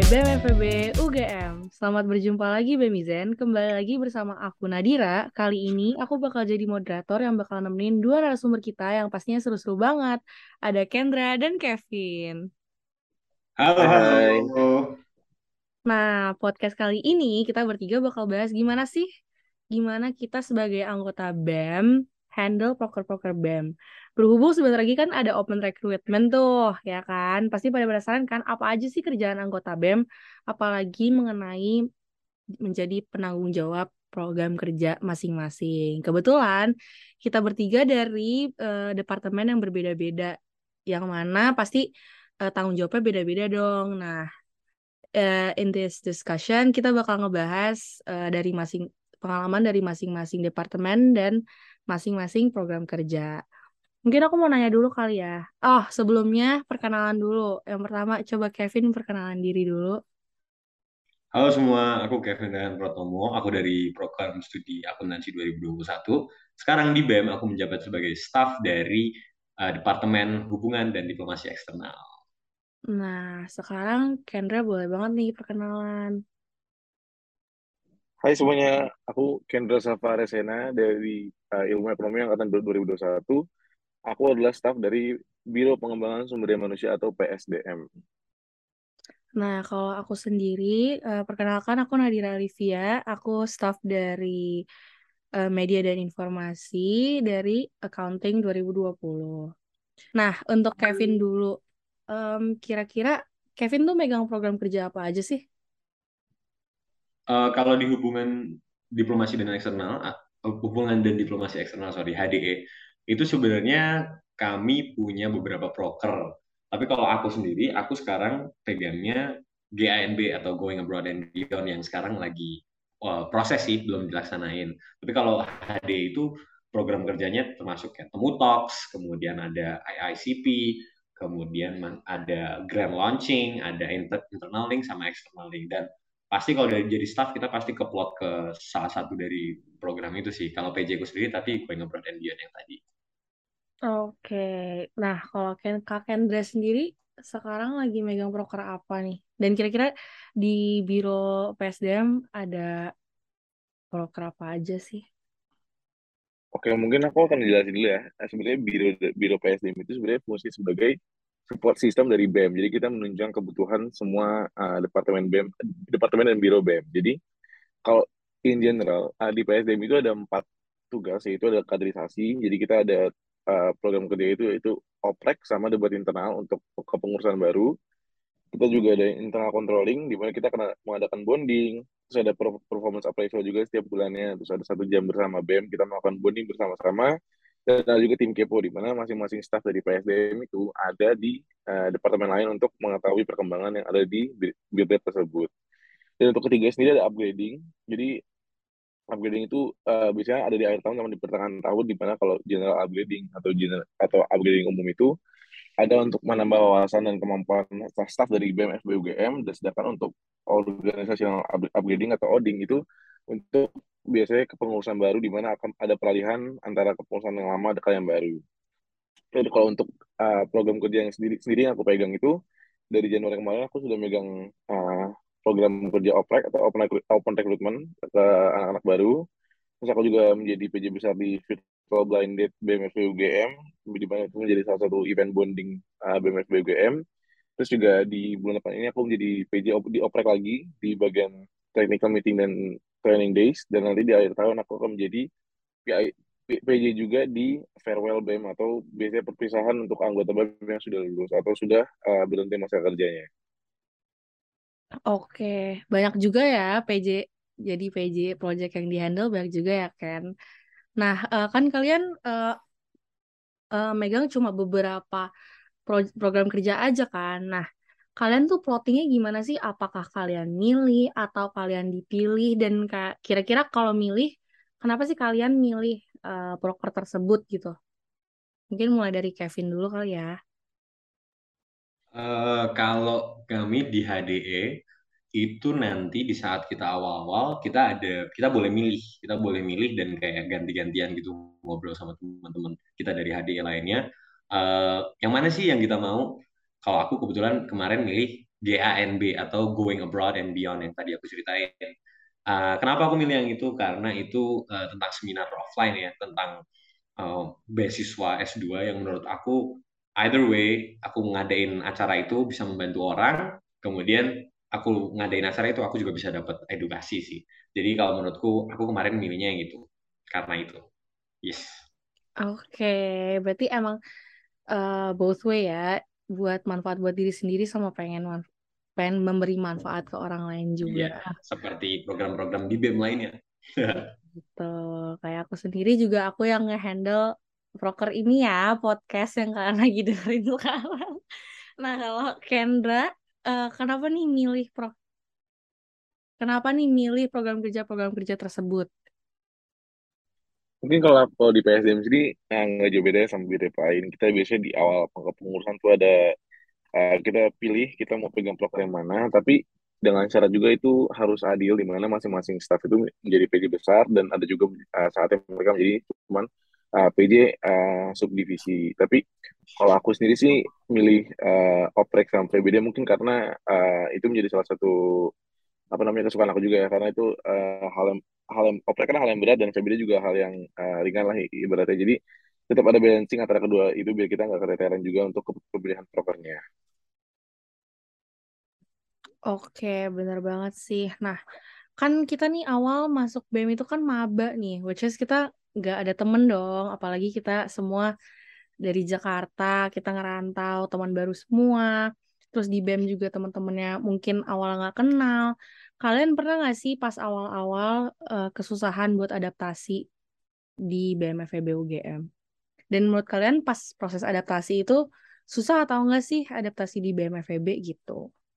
BEM FEB UGM. Selamat berjumpa lagi Bemizen. Kembali lagi bersama aku Nadira. Kali ini aku bakal jadi moderator yang bakal nemenin dua narasumber kita yang pastinya seru-seru banget. Ada Kendra dan Kevin. Halo, Hai hai. halo. Nah, podcast kali ini kita bertiga bakal bahas gimana sih, gimana kita sebagai anggota BEM handle proker-proker BEM. Berhubung sebentar lagi kan ada open recruitment tuh, ya kan? Pasti pada penasaran kan apa aja sih kerjaan anggota BEM, apalagi mengenai menjadi penanggung jawab program kerja masing-masing. Kebetulan kita bertiga dari departemen yang berbeda-beda, yang mana pasti tanggung jawabnya beda-beda dong. Nah, in this discussion kita bakal ngebahas dari pengalaman dari masing-masing departemen dan masing-masing program kerja. Mungkin aku mau nanya dulu kali ya. Oh, sebelumnya perkenalan dulu. Yang pertama coba Kevin perkenalan diri dulu. Halo semua, aku Kevin dan Protomo. Aku dari program studi akuntansi 2021. Sekarang di BEM aku menjabat sebagai staf dari Departemen Hubungan dan Diplomasi Eksternal. Nah, sekarang Kendra boleh banget nih perkenalan. Hai semuanya, aku Kendra Safaresena dari Ilmu Ekonomi Angkatan 2021. Aku adalah staf dari Biro Pengembangan Sumber Daya Manusia atau PSDM. Nah, kalau aku sendiri, perkenalkan aku Nadira Olivia, aku staf dari Media dan Informasi dari Accounting 2020. Nah, untuk Kevin dulu, kira-kira Kevin tuh megang program kerja apa aja sih? Kalau di diplomasi dan eksternal, hubungan dan diplomasi eksternal, sorry, HDE, itu sebenarnya kami punya beberapa proker. Tapi kalau aku sendiri, aku sekarang pegangnya GANB atau Going Abroad and Beyond yang sekarang lagi proses sih, belum dilaksanain. Tapi kalau HDE itu program kerjanya termasuk kayak Temu Talks, kemudian ada IICP, kemudian ada Grand Launching, ada Internal Link sama External Link. Dan pasti kalau dari jadi staff kita pasti keplot ke salah satu dari program itu sih. Kalau PJ ku sendiri tapi gue nge-broad and beyond yang tadi. Oke, nah kalau Kak Kendra sendiri sekarang lagi megang proker apa nih? Dan kira-kira di Biro PSDM ada proker apa aja sih? Oke, mungkin aku akan jelasin dulu ya. Sebenarnya Biro PSDM itu sebenarnya fungsi sebagai support system dari BEM. Jadi kita menunjang kebutuhan semua departemen BEM, departemen dan Biro BEM. Jadi kalau in general di PSDM itu ada 4 tugas, yaitu ada kaderisasi. Jadi kita ada program kerja itu oprek sama debat internal untuk kepengurusan baru. Kita juga ada internal controlling, di mana kita kena mengadakan bonding, terus ada performance appraisal juga setiap bulannya, terus ada 1 jam bersama BEM, kita melakukan bonding bersama-sama, dan ada juga tim kepo, di mana masing-masing staff dari PSDM itu ada di departemen lain untuk mengetahui perkembangan yang ada di BIRDEP tersebut. Dan untuk ketiga sendiri ada upgrading, jadi upgrading itu biasanya ada di akhir tahun sama di pertengahan tahun, di mana kalau general upgrading atau upgrading umum itu ada untuk menambah wawasan dan kemampuan staf dari BEM FBUGM, dan sedangkan untuk organizational upgrading atau ODING itu untuk biasanya kepengurusan baru, di mana akan ada peralihan antara kepengurusan yang lama dengan yang baru. Jadi kalau untuk program kerja yang sendiri yang aku pegang itu dari Januari kemarin aku sudah megang uh, program kerja oprek atau open recruitment ke anak-anak baru. Terus aku juga menjadi PJ besar di Virtual Blind Date BMFB UGM, di mana itu menjadi salah satu event bonding BMFB UGM. Terus juga di bulan depan ini aku menjadi PJ di oprek lagi di bagian technical meeting dan training days. Dan nanti di akhir tahun aku akan menjadi PJ juga di farewell BEM atau biasanya perpisahan untuk anggota BEM yang sudah lulus atau sudah berhenti masa kerjanya. Oke, banyak juga ya PJ, jadi PJ project yang dihandle banyak juga ya Ken. Nah, kan kalian megang cuma beberapa program kerja aja kan. Nah, kalian tuh plottingnya gimana sih? Apakah kalian milih atau kalian dipilih? Dan kira-kira kalau milih, kenapa sih kalian milih proker tersebut gitu? Mungkin mulai dari Kevin dulu kali ya. Kalau kami di HDE itu nanti di saat kita awal-awal kita boleh milih dan kayak ganti-gantian gitu ngobrol sama teman-teman kita dari HDE lainnya. Yang mana sih yang kita mau? Kalau aku kebetulan kemarin milih GANB atau Going Abroad and Beyond yang tadi aku ceritain. Kenapa aku milih yang itu? Karena itu tentang seminar offline ya, tentang beasiswa S2 yang menurut aku either way aku ngadain acara itu bisa membantu orang, kemudian aku ngadain acara itu aku juga bisa dapat edukasi sih. Jadi kalau menurutku aku kemarin milihnya yang itu karena itu. Yes. Oke, berarti emang both way ya, buat manfaat buat diri sendiri sama pengen memberi manfaat ke orang lain juga. Iya, seperti program-program di BEM lainnya. Gitu. Kayak aku sendiri juga aku yang ngehandle proker ini ya, podcast yang kalian lagi dengerin sekarang. Nah, kalau Kendra, kenapa nih milih program kerja tersebut? Mungkin kalau di PSDM sendiri nggak jauh beda sama BTP lain. Kita biasanya di awal pengurusan tuh ada kita pilih kita mau pegang proker yang mana, tapi dengan syarat juga itu harus adil di mana masing-masing staff itu menjadi PJ besar dan ada juga saatnya mereka menjadi cuman PJ subdivisi. Tapi kalau aku sendiri sih milih oprek sama PBD mungkin karena itu menjadi salah satu apa namanya kesukaan aku juga ya karena itu hal yang oprek kan hal yang berat dan PBD juga hal yang ringan lah ibaratnya. Jadi tetap ada balancing antara kedua itu biar kita nggak keteteran juga untuk pemilihan prokernya. Oke, bener banget sih. Nah, kan kita nih awal masuk BEM itu kan maba nih, which is kita nggak ada temen dong, apalagi kita semua dari Jakarta, kita ngerantau, teman baru semua. Terus di BEM juga teman-temannya mungkin awal nggak kenal. Kalian pernah nggak sih pas awal-awal kesusahan buat adaptasi di BEM FEB UGM? Dan menurut kalian pas proses adaptasi itu susah atau enggak sih adaptasi di BEM FEB gitu?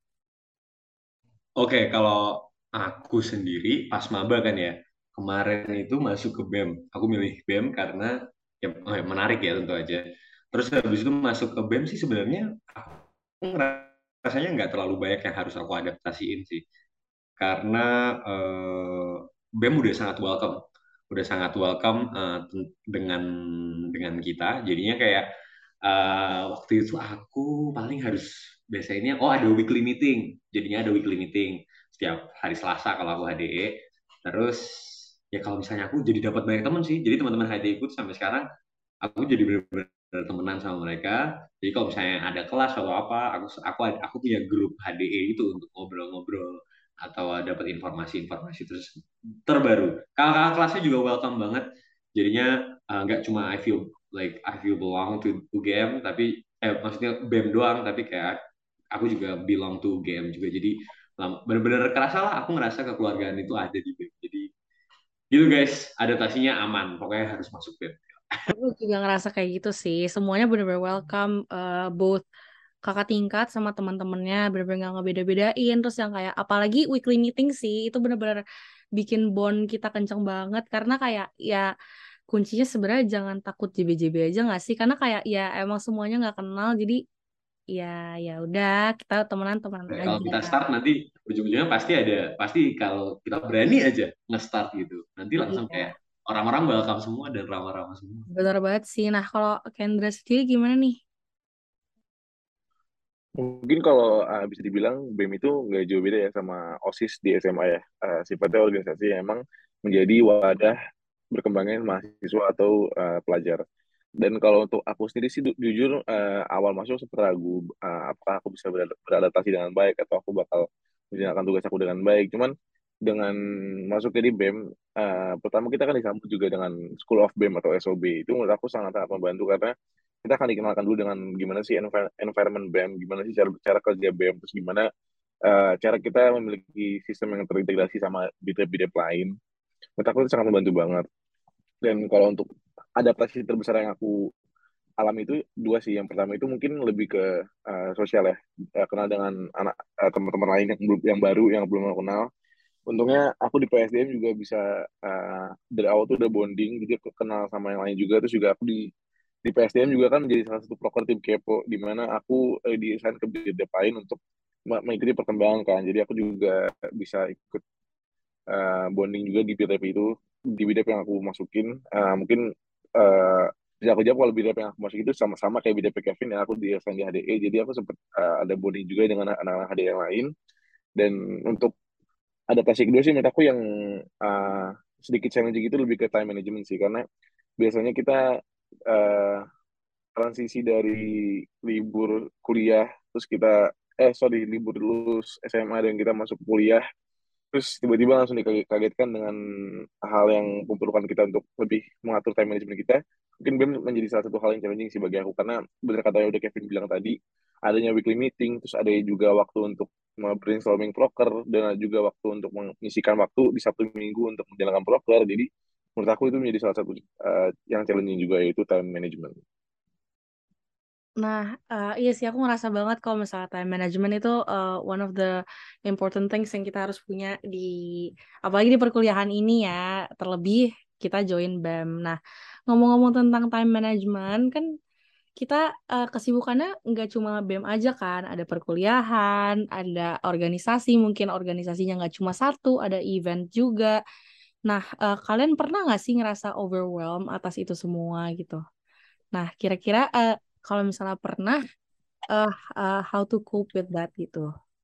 Oke, kalau aku sendiri pas maba kan ya, kemarin itu masuk ke BEM. Aku milih BEM karena ya menarik ya tentu aja. Terus habis itu masuk ke BEM sih sebenarnya aku rasanya nggak terlalu banyak yang harus aku adaptasiin sih. Karena BEM udah sangat welcome dengan kita. Jadinya kayak waktu itu aku paling harus biasanya ada weekly meeting. Jadinya ada weekly meeting setiap hari Selasa kalau aku HDE. Terus ya kalau misalnya aku jadi dapat banyak teman sih. Jadi teman-teman HDE ikut sampai sekarang aku jadi benar-benar temenan sama mereka. Jadi kalau misalnya ada kelas atau apa, aku punya grup HDE itu untuk ngobrol-ngobrol atau dapat informasi-informasi terus terbaru. Kakak kelasnya juga welcome banget. Jadinya nggak cuma I feel belong to game, tapi maksudnya BEM doang, tapi kayak aku juga belong to game juga. Jadi benar-benar kerasa lah, aku ngerasa kekeluargaan itu ada di BEM. Jadi gitu guys, adaptasinya aman. Pokoknya harus masuk BEM. Aku juga ngerasa kayak gitu sih. Semuanya bener-bener welcome, both kakak tingkat sama teman-temannya bener-bener gak ngebeda-bedain. Terus yang kayak apalagi weekly meeting sih itu bener-bener bikin bond kita kenceng banget karena kayak ya kuncinya sebenarnya jangan takut JB-JB aja nggak sih? Karena kayak ya emang semuanya nggak kenal jadi ya ya udah kita temenan Nah, kalau aja. kita start nanti ujung-ujungnya pasti kalau kita berani aja nge-start gitu. Nanti langsung Iya, kayak orang-orang welcome semua dan ramah-ramah semua. bener banget sih. Nah kalau Kendra sendiri gimana nih? Mungkin kalau bisa dibilang BEM itu nggak jauh beda ya sama OSIS di SMA ya. Sifatnya organisasi yang emang menjadi wadah berkembangnya mahasiswa atau pelajar. Dan kalau untuk aku sendiri sih jujur awal masuk sempat ragu apakah aku bisa beradaptasi dengan baik atau aku bakal menjalankan tugas aku dengan baik. Cuman dengan masuk ke di BEM, pertama kita kan disambut juga dengan School of BEM atau SOB. Itu menurut aku sangat-sangat membantu karena kita akan dikenalkan dulu dengan gimana sih environment BEM, gimana sih cara cara kerja BEM, terus gimana cara kita memiliki sistem yang terintegrasi sama bidang-bidang lain. Menurut aku itu sangat membantu banget. Dan kalau untuk adaptasi terbesar yang aku alami itu dua sih. Yang pertama itu mungkin lebih ke sosial ya. Kenal dengan teman-teman lain yang baru yang belum aku kenal. Untungnya aku di PSDM juga bisa dari awal tuh udah bonding, jadi aku kenal sama yang lain juga. Terus juga aku di PSDM juga kan menjadi salah satu proker tim Kepo, di mana aku diassign ke bidang lain untuk mengikuti perkembangan kan. Jadi aku juga bisa ikut bonding juga di BTP itu di bidang yang aku masukin mungkin uh, Jadi aku jawab kalau BDP yang aku masuk itu sama-sama kayak BDP Kevin yang aku di FND HDE. Jadi aku sempat ada bonding juga dengan anak-anak HDE yang lain. Dan untuk adaptasi kedua sih menurut aku yang uh, sedikit challenging itu lebih ke time management sih. Karena biasanya kita uh, transisi dari libur kuliah, terus kita, libur lulus SMA dan kita masuk kuliah, terus tiba-tiba langsung dikagetkan dengan hal yang memperlukan kita untuk lebih mengatur time management kita. Mungkin BEM menjadi salah satu hal yang challenging sih bagi aku, karena benar kata yang udah Kevin bilang tadi, adanya weekly meeting, terus ada juga waktu untuk brainstorming proker, dan ada juga waktu untuk mengisikan waktu di Sabtu Minggu untuk menjalankan proker. Jadi menurut aku itu menjadi salah satu yang challenging juga, yaitu time management. Nah, iya sih aku ngerasa banget kalau misalnya time management itu one of the important things yang kita harus punya di apalagi di perkuliahan ini ya, terlebih kita join BEM. Nah, ngomong-ngomong tentang time management kan kita kesibukannya nggak cuma BEM aja kan, ada perkuliahan, ada organisasi, mungkin organisasinya nggak cuma satu, ada event juga. Nah, kalian pernah nggak sih ngerasa overwhelmed atas itu semua gitu? Nah, kira-kira kalau misalnya pernah, uh, how to cope with that gitu.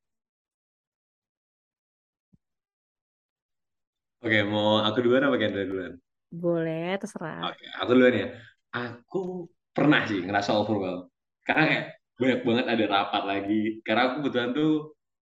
Oke, mau aku duluan apa Kendra duluan? Boleh, terserah. Oke, aku duluan ya. Aku pernah sih ngerasa overwhelmed. Karena kayak banyak banget ada rapat lagi. Karena aku kebetulan tuh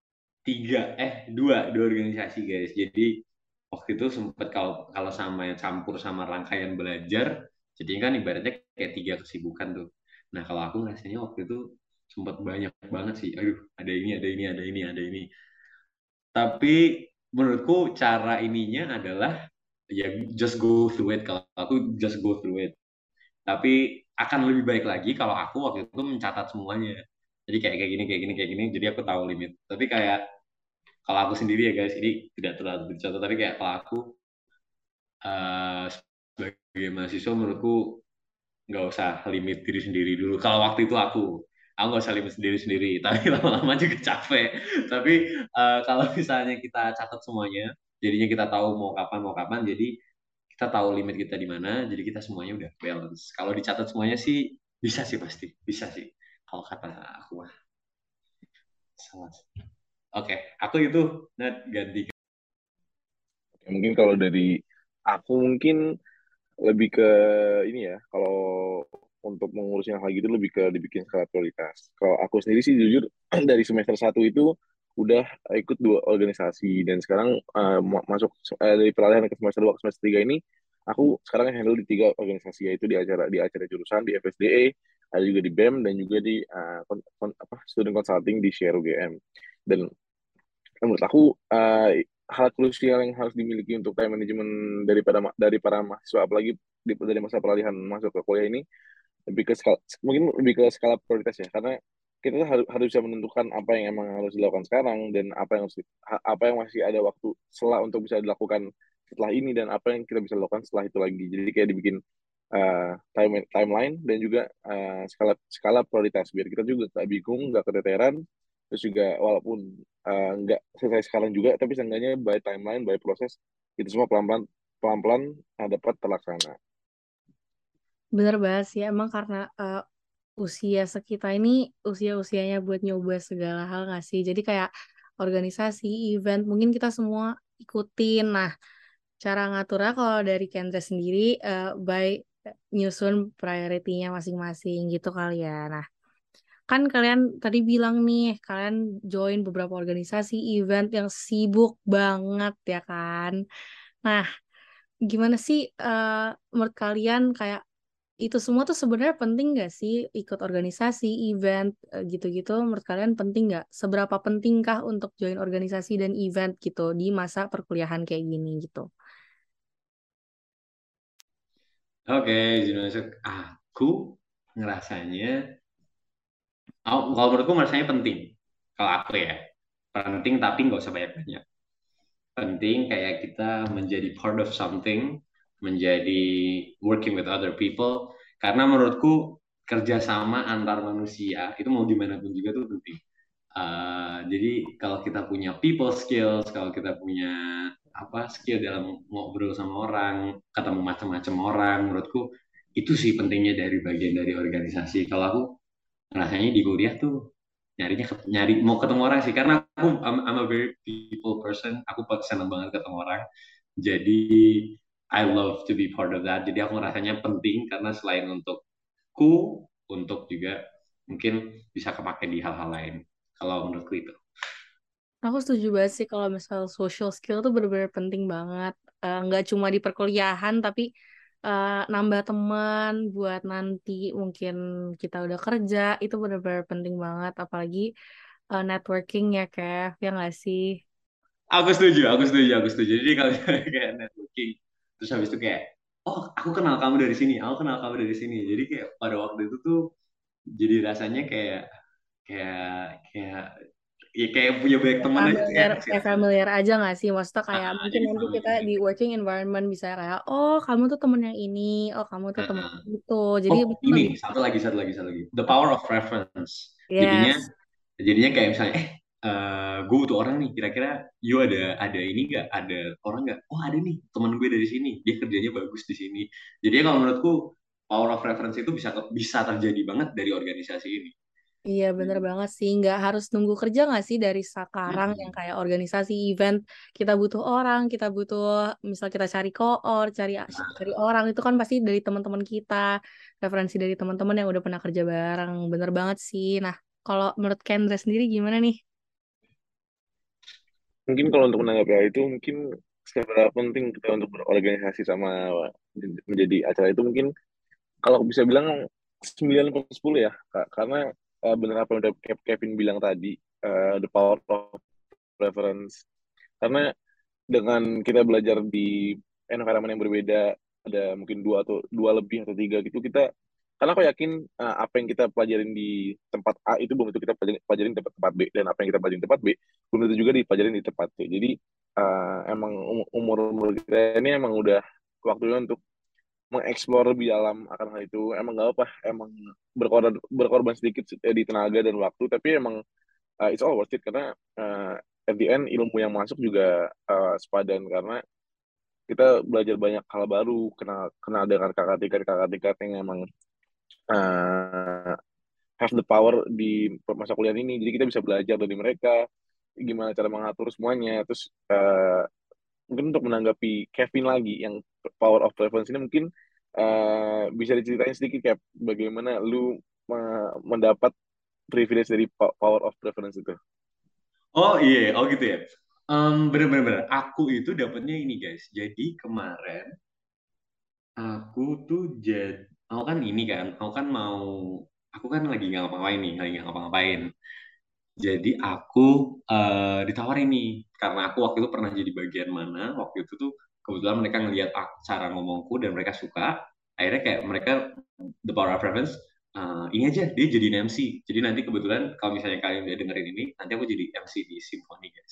dua organisasi guys. Jadi waktu itu sempet kalau kalau sama yang campur sama rangkaian belajar, jadi kan ibaratnya kayak tiga kesibukan tuh. Nah kalau aku ngerasanya waktu itu sempat banyak banget sih. Aduh, ada ini, ada ini, ada ini, ada ini. Tapi menurutku cara ininya adalah ya just go through it. Kalau aku just go through it. Tapi akan lebih baik lagi kalau aku waktu itu mencatat semuanya. Jadi kayak gini, kayak gini, kayak gini. Jadi aku tahu limit. Tapi kayak kalau aku sendiri ya guys, ini tidak terlalu dicontoh. Tapi kayak kalau aku sebagai mahasiswa menurutku nggak usah limit diri sendiri dulu. Kalau waktu itu aku nggak usah limit sendiri sendiri. Tapi lama-lama juga capek. Tapi kalau misalnya kita catat semuanya, jadinya kita tahu mau kapan. Jadi kita tahu limit kita di mana. Jadi kita semuanya udah balance. Kalau dicatat semuanya sih bisa sih pasti, bisa sih. Kalau kata aku mah salah. Oke, aku itu ganti. Mungkin kalau dari aku mungkin lebih ke ini ya, kalau untuk mengurusin hal gitu lebih ke dibikin skala prioritas. Kalau aku sendiri sih jujur dari semester satu itu udah ikut dua organisasi, dan sekarang masuk dari peralihan ke semester 2 ke semester 3 ini aku sekarang handle di tiga organisasi, yaitu di acara jurusan di FSDE, ada juga di BEM, dan juga di student consulting di Share UGM. Dan menurut aku hal krusial yang harus dimiliki untuk time management dari para mahasiswa, apalagi dari masa peralihan masuk ke kuliah ini, mungkin lebih ke skala prioritas ya, karena kita tuh harus bisa menentukan apa yang emang harus dilakukan sekarang, dan apa yang masih ada waktu setelah untuk bisa dilakukan setelah ini, dan apa yang kita bisa lakukan setelah itu lagi. Jadi kayak dibikin timeline, dan juga skala skala prioritas biar kita juga nggak bingung, nggak keteteran, terus juga walaupun nggak selesai sekarang juga, tapi seenggaknya by timeline, by proses, itu semua pelan-pelan dapat terlaksana. Bener banget sih, emang karena usia sekitar ini usia-usianya buat nyoba segala hal nggak sih? Jadi kayak organisasi, event, mungkin kita semua ikutin. Nah, cara ngaturnya kalau dari Kendra sendiri by nyusun priority-nya masing-masing gitu kali ya. Nah, kan kalian tadi bilang nih, kalian join beberapa organisasi, event yang sibuk banget ya kan? Nah, gimana sih menurut kalian kayak itu semua tuh sebenarnya penting nggak sih ikut organisasi, event gitu-gitu? Menurut kalian penting nggak? Seberapa pentingkah untuk join organisasi dan event gitu di masa perkuliahan kayak gini gitu? Oke, izin masuk. Aku ngerasanya, kalau menurutku ngerasanya penting. Kalau aku ya, penting tapi nggak usah banyak-banyak. Penting kayak kita menjadi part of something, menjadi working with other people. Karena menurutku kerjasama antar manusia itu mau dimanapun juga tuh penting. Jadi kalau kita punya people skills, kalau kita punya skill dalam ngobrol sama orang, ketemu macam-macam orang, menurutku itu sih pentingnya dari bagian dari organisasi. Kalau aku rasanya di kuliah tuh nyari mau ketemu orang sih, karena I'm a very people person. Aku senang banget ketemu orang. Jadi I love to be part of that. Jadi aku rasanya penting karena selain untukku, untuk juga mungkin bisa kepake di hal-hal lain. Kalau menurutku itu. Aku setuju banget sih kalau misal social skill tuh benar-benar penting banget. Nggak cuma di perkuliahan, tapi nambah teman buat nanti mungkin kita udah kerja, itu benar-benar penting banget. Apalagi networking ya, Kev, ya nggak sih? Aku setuju. Jadi kalau kayak networking, terus habis itu kayak, oh aku kenal kamu dari sini, aku kenal kamu dari sini. Jadi kayak pada waktu itu tuh jadi rasanya kayak kayak kayak ya kayak punya banyak Kayak teman aja tuh familiar, enak sih kayak rasanya. familiar aja nggak sih? Maksudnya kayak mungkin Jadi nanti kita familiar di gitu. working environment bisa kayak, oh kamu tuh temen yang ini, oh kamu tuh temen Ah. yang itu. Jadi Oh mungkin lebih ini satu lagi. The power of reference. Jadinya yes. jadinya kayak misalnya gue butuh orang nih, kira-kira you ada ini nggak, ada orang nggak, oh ada nih teman gue dari sini, dia kerjanya bagus di sini. Jadi kalau menurutku power of reference itu bisa terjadi banget dari organisasi ini. Iya bener banget sih, nggak harus nunggu kerja nggak sih dari sekarang yang Mm-mm. kayak organisasi event kita butuh orang, kita butuh misal kita cari koor, cari orang itu kan pasti dari teman-teman kita, referensi dari teman-teman yang udah pernah kerja bareng, bener banget sih. Nah kalau menurut Kendra sendiri gimana nih? Mungkin kalau untuk menanggapi hal itu, mungkin seberapa penting kita untuk berorganisasi sama menjadi acara itu, mungkin kalau aku bisa bilang 9/10 ya, Kak. Karena benar apa yang udah Kevin bilang tadi, the power of reference. Karena dengan kita belajar di environment yang berbeda, ada mungkin dua atau dua lebih atau tiga gitu, kita karena aku yakin apa yang kita pelajarin di tempat A itu belum tentu kita pelajarin di tempat B, dan apa yang kita pelajarin di tempat B belum tentu juga dipelajarin di tempat C. Jadi emang umur umur kita ini emang udah waktunya untuk mengeksplor lebih dalam akan hal itu. Emang nggak apa, emang berkorban sedikit di tenaga dan waktu, tapi emang it's all worth it karena at the end ilmu yang masuk juga sepadan, karena kita belajar banyak hal baru, kenal kenal dengan kakak tingkat yang emang uh, have the power di masa kuliah ini. Jadi kita bisa belajar dari mereka gimana cara mengatur semuanya. Terus mungkin untuk menanggapi Kevin lagi yang power of preference ini, mungkin bisa diceritain sedikit kayak bagaimana lu mendapat privilege dari power of preference itu. Oh iya, oh gitu ya. Bener-bener, aku itu dapetnya ini guys. Jadi kemarin aku tuh aku kan ini kan, aku kan lagi nggak ngapa-ngapain nih, lagi nggak ngapa-ngapain. Jadi aku ditawarin nih, karena aku waktu itu pernah jadi bagian mana, waktu itu tuh kebetulan mereka ngelihat cara ngomongku dan mereka suka, akhirnya kayak mereka the power of reference, ini aja dia jadi MC. Jadi nanti kebetulan kalau misalnya kalian udah dengerin ini, nanti aku jadi MC di Symphony guys.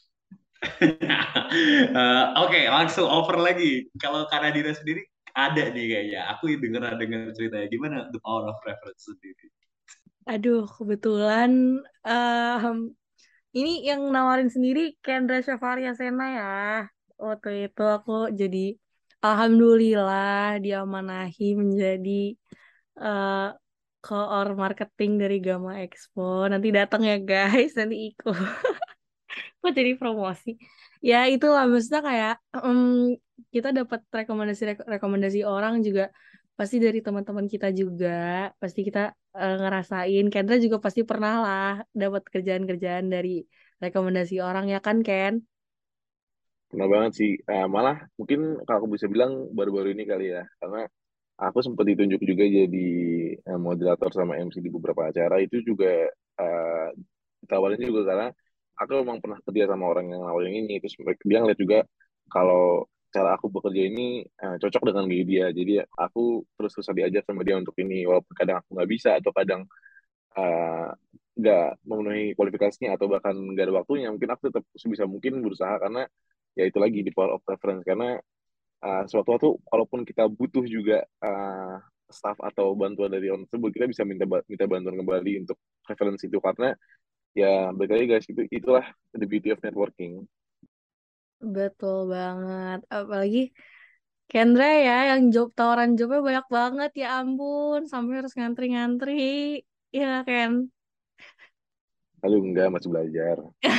Oke, langsung over lagi. Kalau Kanadira sendiri ada nih kayaknya. Aku denger ceritanya gimana the power of reference sendiri. Aduh kebetulan em, ini yang nawarin sendiri Kendra Syafariya Sena ya. Waktu itu aku jadi alhamdulillah diamanahi menjadi eh koor marketing dari Gamma Expo. Nanti datang ya guys, nanti ikut. Kok jadi promosi? Ya itulah maksudnya kayak kita dapat rekomendasi orang juga pasti dari teman-teman kita juga. Pasti kita ngerasain. Kendra juga pasti pernah lah dapat kerjaan-kerjaan dari rekomendasi orang ya kan Ken? Pernah banget sih. Malah mungkin kalau aku bisa bilang baru-baru ini kali ya. Karena aku sempat ditunjuk juga jadi moderator sama MC di beberapa acara. Itu juga uh, ditawarin juga karena aku memang pernah kerja sama orang yang nawarin ini. Terus dia ngeliat juga kalau cara aku bekerja ini cocok dengan gaya dia. Jadi aku terus-terusan diajar sama dia untuk ini. Walaupun kadang aku nggak bisa atau kadang uh, nggak memenuhi kualifikasinya atau bahkan nggak ada waktunya, mungkin aku tetap sebisa mungkin berusaha, karena ya itu lagi di power of preference. Karena suatu waktu walaupun kita butuh juga staff atau bantuan dari orang tersebut, kita bisa minta bantuan kembali untuk referensi itu, karena ya balik lagi guys, itulah the beauty of networking. Betul banget. Apalagi Kendra ya, yang tawaran jobnya banyak banget ya ampun, sampai harus ngantri-ngantri. Iya Ken. Lalu enggak, masih belajar.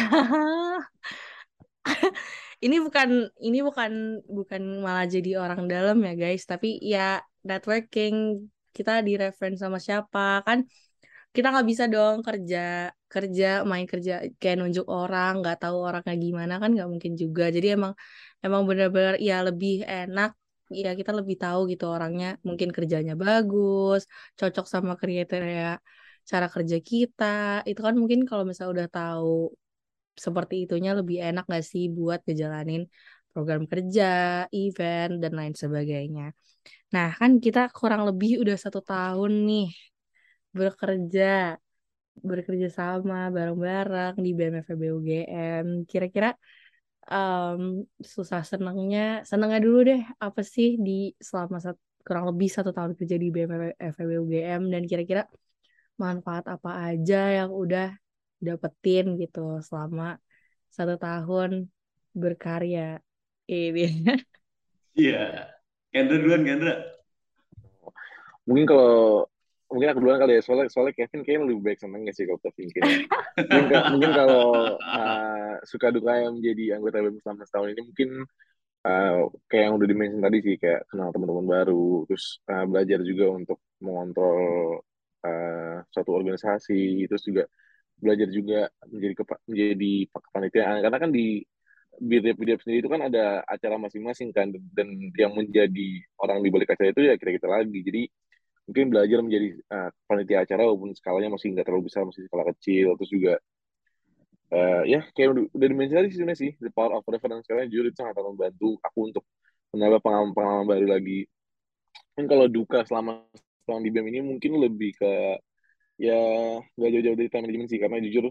Ini bukan ini bukan bukan malah jadi orang dalam ya guys, tapi ya networking, kita di reference sama siapa kan, kita nggak bisa dong kerja kerja main kerja kayak nunjuk orang nggak tahu orangnya gimana kan nggak mungkin juga. Jadi emang emang benar-benar ya lebih enak ya kita lebih tahu gitu orangnya, mungkin kerjanya bagus, cocok sama kriteria cara kerja kita. Itu kan mungkin kalau misalnya udah tahu seperti itunya lebih enak gak sih buat ngejalanin program kerja, event, dan lain sebagainya. Nah, kan kita kurang lebih udah 1 tahun nih bekerja, bekerja sama bareng-bareng di BMFB UGM. Kira-kira em, susah senengnya dulu deh, apa sih di selama kurang lebih 1 tahun kerja di BMFB UGM, dan kira-kira manfaat apa aja yang udah dapetin gitu selama 1 tahun berkarya ini. Iya. Kendra duluan, Kendra. Mungkin kalau mungkin aku duluan kali ya, soalnya soalnya Kevin kayaknya lebih baik seneng nggak sih kalau kita mungkin ya. Mungkin kalau suka duka yang menjadi anggota BEM selama setahun ini mungkin uh, kayak yang udah dimention tadi sih, kayak kenal teman-teman baru, terus belajar juga untuk mengontrol suatu organisasi, terus juga belajar juga menjadi kepanitiaan, karena kan di BDP sendiri itu kan ada acara masing-masing kan, dan yang menjadi orang di balik acara itu ya kita-kita lagi. Jadi mungkin belajar menjadi panitia acara walaupun skalanya masih nggak terlalu besar, masih skala kecil. Terus juga ya kayak udah dimention tadi sih sebenarnya sih, the power of reference, karena jujur itu sangat membantu aku untuk menambah pengalaman-pengalaman baru lagi. Mungkin kalau duka selama selama di BEM ini mungkin lebih ke ya nggak jauh-jauh dari time management sih, karena jujur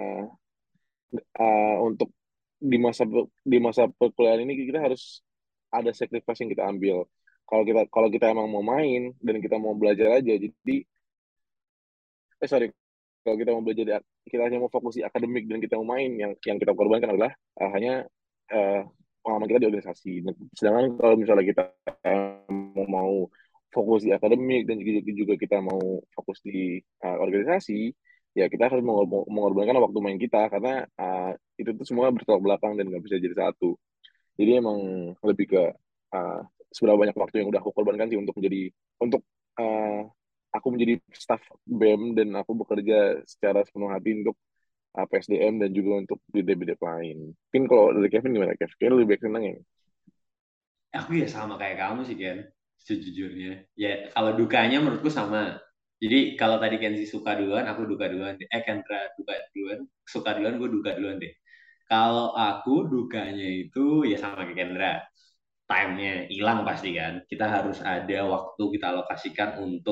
untuk di masa perkuliahan ini kita harus ada sacrifice yang kita ambil. Kalau kita emang mau main dan kita mau belajar aja, jadi sorry, kalau kita mau belajar, kita hanya mau fokus di akademik dan kita mau main, yang kita korbankan adalah hanya uh, pengalaman kita di organisasi. Sedangkan kalau misalnya kita mau fokus di akademik dan juga kita mau fokus di organisasi, ya kita harus mengorbankan waktu main kita, karena itu tuh semua bertolak belakang dan nggak bisa jadi satu. Jadi emang lebih ke uh, seberapa banyak waktu yang udah aku korbankan sih untuk uh, aku menjadi staff BEM dan aku bekerja secara sepenuh hati untuk PSDM dan juga untuk bidang-bidang lain. Mungkin kalau dari Kevin gimana, Kevin? Kevin lebih baik senang ya? Aku ya sama kayak kamu sih, Ken. Sejujurnya. Ya, kalau dukanya menurutku sama. Jadi kalau tadi Kenzi suka duluan, aku duka duluan deh. Kendra duka duluan, suka duluan, gue duka duluan deh. Kalau aku dukanya itu ya sama kayak Kendra. Time-nya hilang pasti kan. Kita harus ada waktu kita alokasikan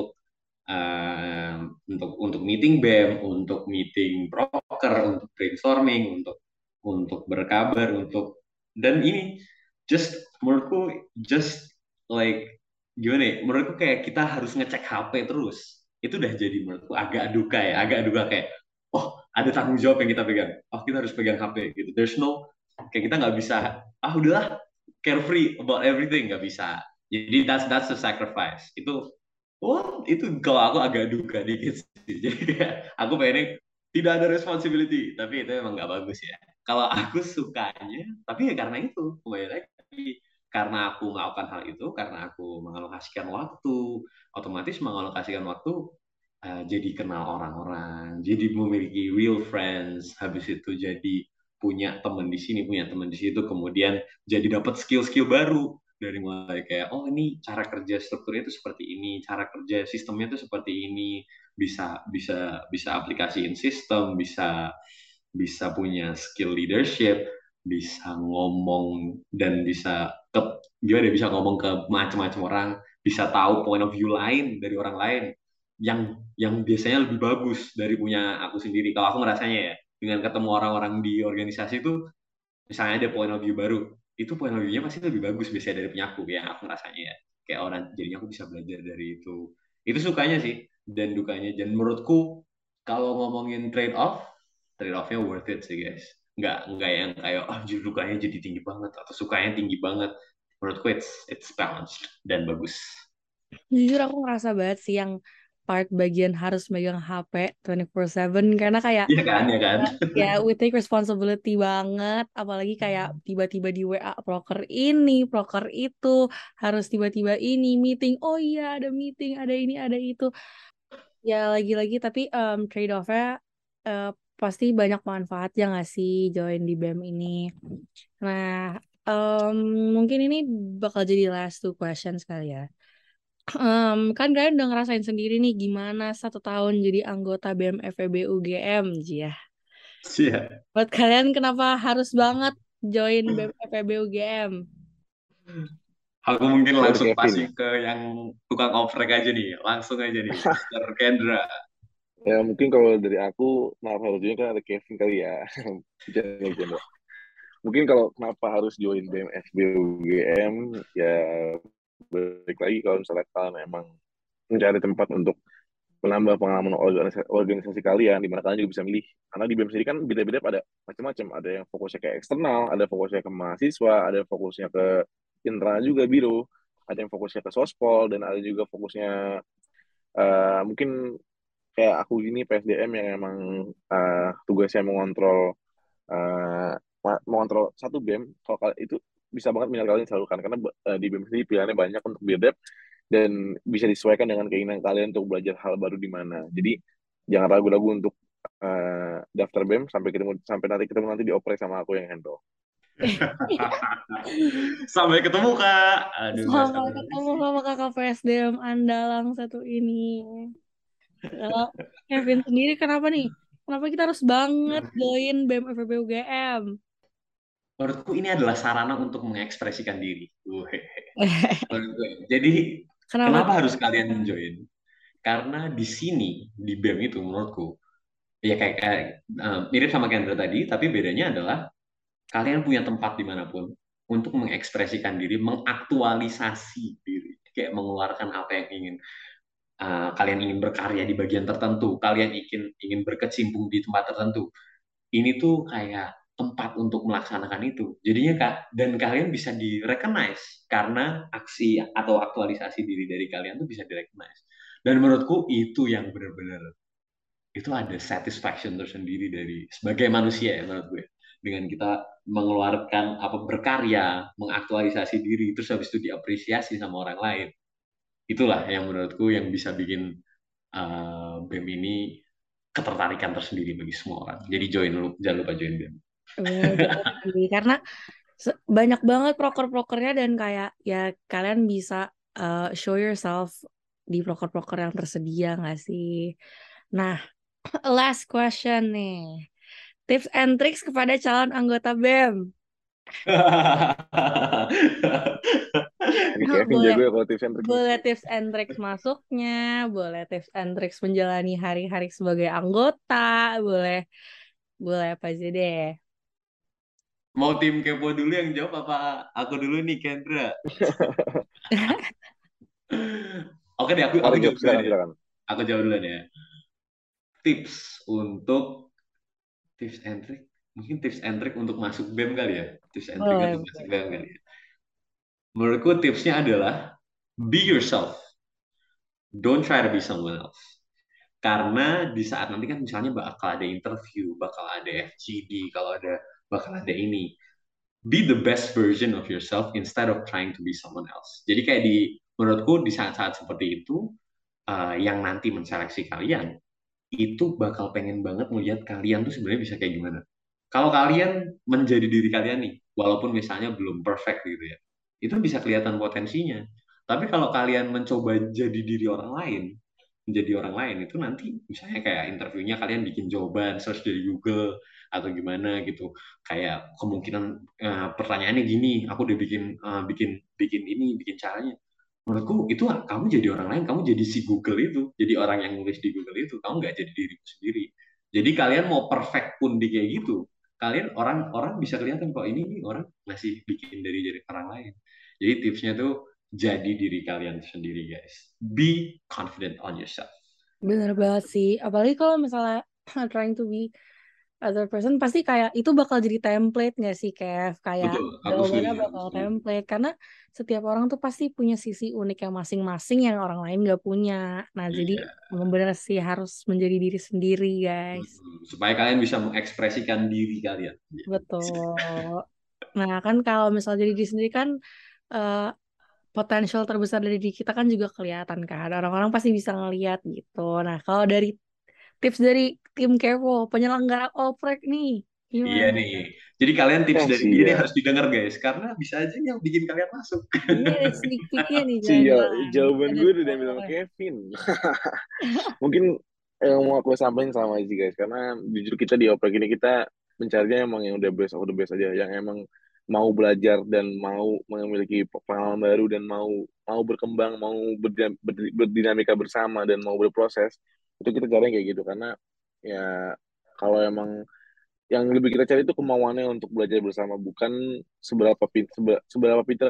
untuk meeting BEM, untuk meeting broker, untuk brainstorming, untuk berkabar, dan ini just menurutku just like gimana ya? Menurutku kayak kita harus ngecek HP terus. Itu udah jadi menurutku agak duka ya, agak duka kayak oh ada tanggung jawab yang kita pegang. Oh kita harus pegang HP gitu. There's no kayak kita nggak bisa udahlah carefree about everything, nggak bisa. Jadi that's the sacrifice. Itu kalau aku agak duga dikit sih. Jadi kayak aku pengennya tidak ada responsibility, tapi itu emang nggak bagus ya. Kalau aku sukanya, tapi ya karena itu kembali lagi, karena aku melakukan hal itu, karena aku mengalokasikan waktu, otomatis mengalokasikan waktu, jadi kenal orang-orang, jadi memiliki real friends, habis itu jadi punya teman di sini, punya teman di situ, kemudian jadi dapat skill-skill baru dari mulai kayak oh ini cara kerja strukturnya itu seperti ini, cara kerja sistemnya itu seperti ini, bisa bisa bisa aplikasiin sistem, bisa bisa punya skill leadership, bisa ngomong dan bisa ke gimana ya, bisa ngomong ke macam-macam orang, bisa tahu point of view lain dari orang lain yang biasanya lebih bagus dari punya aku sendiri. Kalau aku ngerasanya ya, dengan ketemu orang-orang di organisasi itu, misalnya ada point of view baru, itu point of view-nya pasti lebih bagus biasanya dari punya aku ya, aku ngerasanya ya. Kayak orang, jadinya aku bisa belajar dari itu. Itu sukanya sih, dan dukanya. Dan menurutku, kalau ngomongin trade off-nya worth it sih guys. Nggak yang kayak, oh dukanya jadi tinggi banget, atau sukanya tinggi banget. menurutku it's balanced dan bagus. Jujur aku ngerasa banget sih yang part bagian harus megang HP 24/7 karena kayak Iya kan, ya kan? ya we take responsibility banget, apalagi kayak tiba-tiba di WA proker ini, proker itu, harus tiba-tiba ini meeting, oh iya ada meeting, ada ini, ada itu. Ya lagi-lagi tapi trade-off-nya eh, pasti banyak manfaatnya nggak sih join di BEM ini. Nah, em, mungkin ini bakal jadi last two questions kali ya. Kan kalian udah ngerasain sendiri nih gimana 1 tahun jadi anggota BEM FEB UGM, ya. Iya. Buat kalian kenapa harus banget join BEM FEB UGM? Aku mungkin Kalau dari langsung Kevin ya. passing ke yang tukang oprek aja nih, langsung aja nih, Mr. Kendra. Ya mungkin kalau dari aku, kenapa harus join kan ada Kevin kali ya. Bercanda. Mungkin kalau kenapa harus join BMF BUGM, ya balik lagi kalau misalnya kalian emang mencari tempat untuk menambah pengalaman organisasi kalian, di mana kalian juga bisa milih. Karena di BEM sendiri kan beda-beda, pada macam-macam. Ada yang fokusnya ke eksternal, ada fokusnya ke mahasiswa, ada yang fokusnya ke internal juga biro, ada yang fokusnya ke sospol, dan ada juga fokusnya mungkin kayak aku gini PSDM yang emang tugasnya mengontrol eh, mengontrol satu BEM. Kalau itu bisa banget minat kalian salurkan karena di BEM sendiri pilihannya banyak untuk birdep dan bisa disesuaikan dengan keinginan kalian untuk belajar hal baru di mana. Jadi jangan ragu-ragu untuk daftar BEM sampai nanti ketemu nanti dioprek sama aku yang handle. Sampai ketemu Kak. Aduh, nggak Sampai sabar banget ketemu sih. sama kakak PSDM andalang satu ini. Kalau Kevin sendiri kenapa nih? Kenapa kita harus banget join BEM FEB UGM? Menurutku ini adalah sarana untuk mengekspresikan diri. Menurutku. Jadi Kenapa kenapa tuh? harus kalian join? Karena di sini di BEM itu menurutku ya kayak mirip sama Kendra tadi, tapi bedanya adalah kalian punya tempat dimanapun untuk mengekspresikan diri, mengaktualisasi diri, kayak mengeluarkan apa yang ingin kalian ingin berkarya di bagian tertentu, kalian ingin ingin berkecimpung di tempat tertentu. Ini tuh kayak tempat untuk melaksanakan itu. Jadinya Kak, dan kalian bisa di-recognize karena aksi atau aktualisasi diri dari kalian tuh bisa di-recognize. Dan menurutku itu yang benar-benar itu ada satisfaction tersendiri dari sebagai manusia ya menurut gue. Dengan kita mengeluarkan apa berkarya, mengaktualisasi diri, terus habis itu diapresiasi sama orang lain. Itulah yang menurutku yang bisa bikin BEM ini ketertarikan tersendiri bagi semua orang. Jadi jangan lupa join BEM. Bener banget sih. Karena banyak banget proker-prokernya dan kayak ya kalian bisa show yourself di proker-proker yang tersedia nggak sih? Nah, last question nih. Tips and tricks kepada calon anggota BEM. Ini Kevin Boleh, jago ya kalau tips and trick nih. boleh tips and tricks masuknya, boleh tips and tricks menjalani hari-hari sebagai anggota, boleh, boleh apa aja deh. Mau tim kepo dulu yang jawab apa aku dulu nih Kendra? Oke deh, aku Silakan, jawab duluan silakan, ya. silakan. Aku jawab duluan ya. Tips untuk tips and trick, mungkin tips and trick untuk masuk BEM kali ya. Tips and trick Boleh, untuk masuk boleh. BEM kali ya. Menurutku tipsnya adalah be yourself. Don't try to be someone else. Karena di saat nanti kan misalnya bakal ada interview, bakal ada FGD, kalau ada bakal ada ini. Be the best version of yourself instead of trying to be someone else. Jadi kayak menurutku di saat-saat seperti itu, yang nanti menseleksi kalian, itu bakal pengen banget melihat kalian tuh sebenarnya bisa kayak gimana. Kalau kalian menjadi diri kalian nih, walaupun misalnya belum perfect gitu ya, itu bisa kelihatan potensinya. Tapi kalau kalian mencoba jadi diri orang lain, menjadi orang lain itu nanti misalnya kayak interviewnya kalian bikin jawaban search dari Google atau gimana gitu, kayak kemungkinan pertanyaannya gini, aku udah bikin bikin ini bikin caranya. Menurutku itu kamu jadi orang lain, kamu jadi si Google itu, jadi orang yang nulis di Google itu, kamu nggak jadi dirimu sendiri. Jadi kalian mau perfect pun di kayak gitu, kalian orang-orang bisa kelihatan kok ini orang masih bikin dari orang lain. Jadi tipsnya tuh jadi diri kalian sendiri guys. Be confident on yourself. Bener banget sih. Apalagi kalau misalnya trying to be other person pasti kayak itu bakal jadi template nggak sih, Kev? Kayak Betul, aku jawabannya setuju, aku bakal setuju. template karena setiap orang tuh pasti punya sisi unik yang masing-masing yang orang lain nggak punya. Nah, jadi Iya. emang bener sih harus menjadi diri sendiri, guys. Supaya kalian bisa mengekspresikan diri kalian. Betul. Nah, kan kalau misal jadi diri sendiri kan eh, potensial terbesar dari diri kita kan juga kelihatan kan. Orang-orang pasti bisa ngeliat gitu. Nah, kalau dari tips dari tim Kevo, penyelenggara oprek nih, Iya gimana? nih. Jadi kalian tips dari dia nih Siap. harus didengar guys, karena bisa aja yang bikin kalian masuk. Ini ada sneak peek-nya nih, Siap. jangan-jangan. Jawaban Ada gue udah diambil sama spoiler. Kevin. Mungkin mau aku sampaikan sama sih guys, karena jujur kita di oprek ini kita mencarinya emang yang udah best of the best aja, yang emang mau belajar dan mau memiliki pengalaman baru dan mau mau berkembang, mau berdinamika bersama dan mau berproses. Itu kita caranya kayak gitu karena ya kalau emang yang lebih kita cari itu kemauannya untuk belajar bersama, bukan seberapa pintar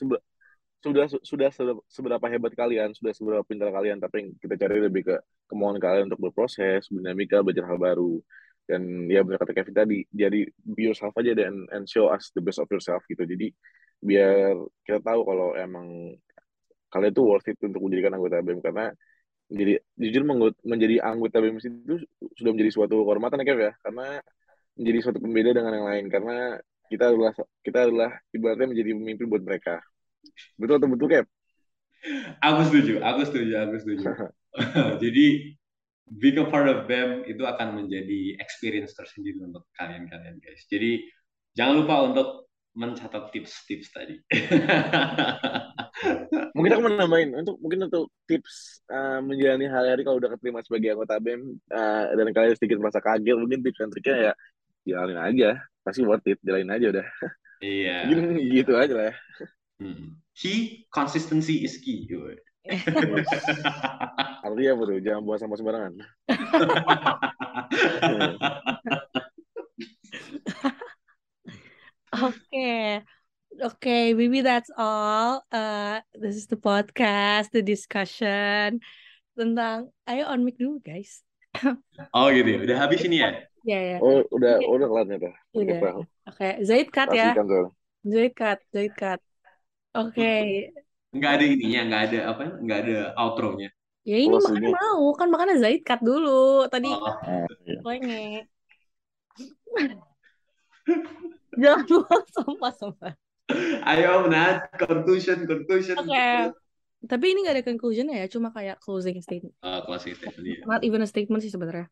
sudah seberapa hebat kalian, sudah seberapa pintar kalian, tapi yang kita cari lebih ke kemauan kalian untuk berproses, dinamika, belajar hal baru. Dan ya benar kata Kevin tadi, jadi be yourself aja dan and show us the best of yourself gitu. Jadi biar kita tahu kalau emang kalian tuh worth it untuk menjadikan anggota BEM karena menjadi jujur menjadi anggota BEM itu sudah menjadi suatu kehormatan ya Kev ya, karena menjadi suatu pembeda dengan yang lain karena kita adalah ibaratnya menjadi pemimpin buat mereka. Betul atau betul Kev? Aku setuju, aku setuju, aku setuju. Jadi being a part of BEM itu akan menjadi experience tersendiri untuk kalian-kalian guys. Jadi jangan lupa untuk mencatat tips-tips tadi. Mungkin aku mau nambahin untuk tips menjalani hari-hari kalau udah keterima sebagai anggota BEM dan kalian sedikit merasa kaget, mungkin tips dan triknya ya jalanin aja, pasti worth it, jalanin aja udah. Mungkin Iya. gitu aja lah ya. Key consistency is key. Good. Artinya apa tuh? Jangan buang sampah sembarangan. Oke, oke, maybe that's all. This is the podcast, the discussion tentang. Ayo on mic dulu, guys. Oh gitu ya. Udah habis ini ya? Ya, ya. Oh Oke, udah kelar ternyata. Oke udah. tahu. Oke, Zaid cut ya. Kasih kan soal. Zaid cut, Zaid cut. Oke. Nggak ada ininya, nggak ada apa? Nggak ada outro-nya. Ya ini makanya Closingnya. mau, kan makanya Zaid cut dulu. Tadi Oh. Iya. lenge. Jangan buang sampah-sampah. Ayo, Nat. Conclusion, conclusion. Oke. Tapi ini gak ada conclusion ya, cuma kayak closing statement. Closing statement ya. Not even a statement sih sebenarnya.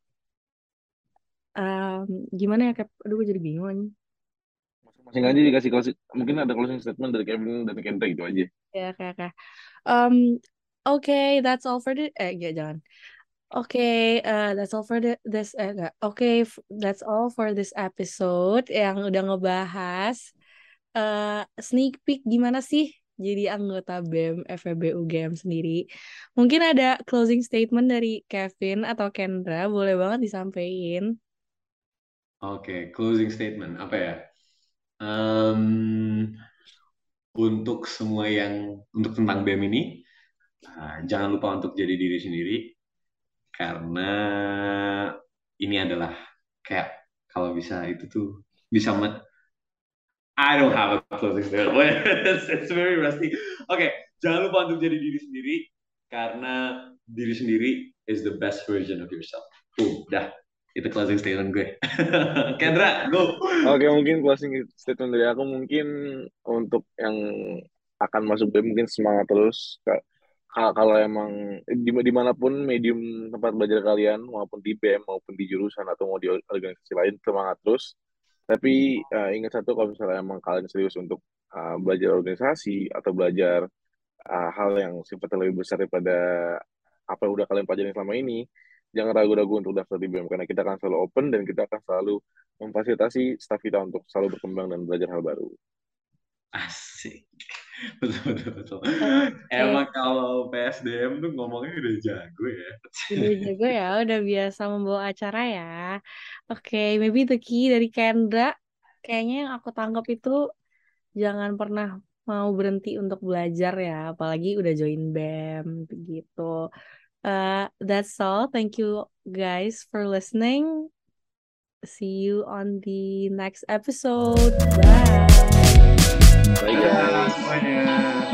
Gimana ya, Kak? Aduh, gue jadi bingung nih. Masing-masing aja dikasih closing. Mungkin ada closing statement dari Kevin dan Kendra gitu aja. Ya, kayak. Um, okay, that's all for the. Ya jangan. Okay, that's all for enggak. Okay, that's all for this episode yang udah ngebahas sneak peek gimana sih jadi anggota BEM FEB UGM sendiri. Mungkin ada closing statement dari Kevin atau Kendra, boleh banget disampaikan. Oke, closing statement. Apa ya? Em, untuk semua untuk tentang BEM ini, jangan lupa untuk jadi diri sendiri. Karena ini adalah kayak kalau bisa itu tuh bisa I don't have a closing statement. It's very rusty. Oke, jangan lupa untuk jadi diri sendiri karena diri sendiri is the best version of yourself. Dah. Itu closing statement gue. Kendra, go. Oke, mungkin closing statement dari aku mungkin untuk yang akan masuk BEM mungkin semangat terus. Kalau emang dimanapun medium tempat belajar kalian, maupun di BEM maupun di jurusan atau mau di organisasi lain, semangat terus. Tapi ingat satu, kalau misalnya emang kalian serius untuk belajar organisasi atau belajar hal yang sifatnya lebih besar daripada apa yang udah kalian pelajari selama ini, jangan ragu-ragu untuk daftar di BEM karena kita akan selalu open dan kita akan selalu memfasilitasi staf kita untuk selalu berkembang dan belajar hal baru. Asik. Betul, betul, betul. Oke, Emang kalau PSDM tuh ngomongnya udah jago ya. udah jago ya, udah biasa membawa acara ya. Oke, maybe the key dari Kendra, kayaknya yang aku tangkap itu jangan pernah mau berhenti untuk belajar ya, apalagi udah join BEM gitu. That's all. Thank you guys for listening. See you on the next episode. Bye. Bye Dadah guys. semuanya.